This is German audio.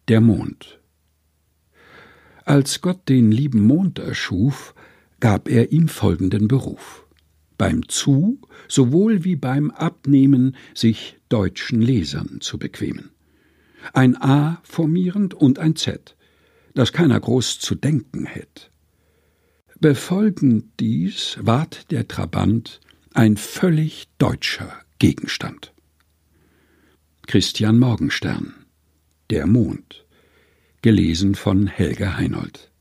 Der Mond. Als Gott den lieben Mond erschuf, gab er ihm folgenden Beruf: beim Zu- sowohl wie beim Abnehmen sich deutschen Lesern zu bequemen. Ein A formierend und ein Z, das keiner groß zu denken hätt. Befolgend dies ward der Trabant ein völlig deutscher Gegenstand. Christian Morgenstern: Der Mond. Gelesen von Helga Heinold.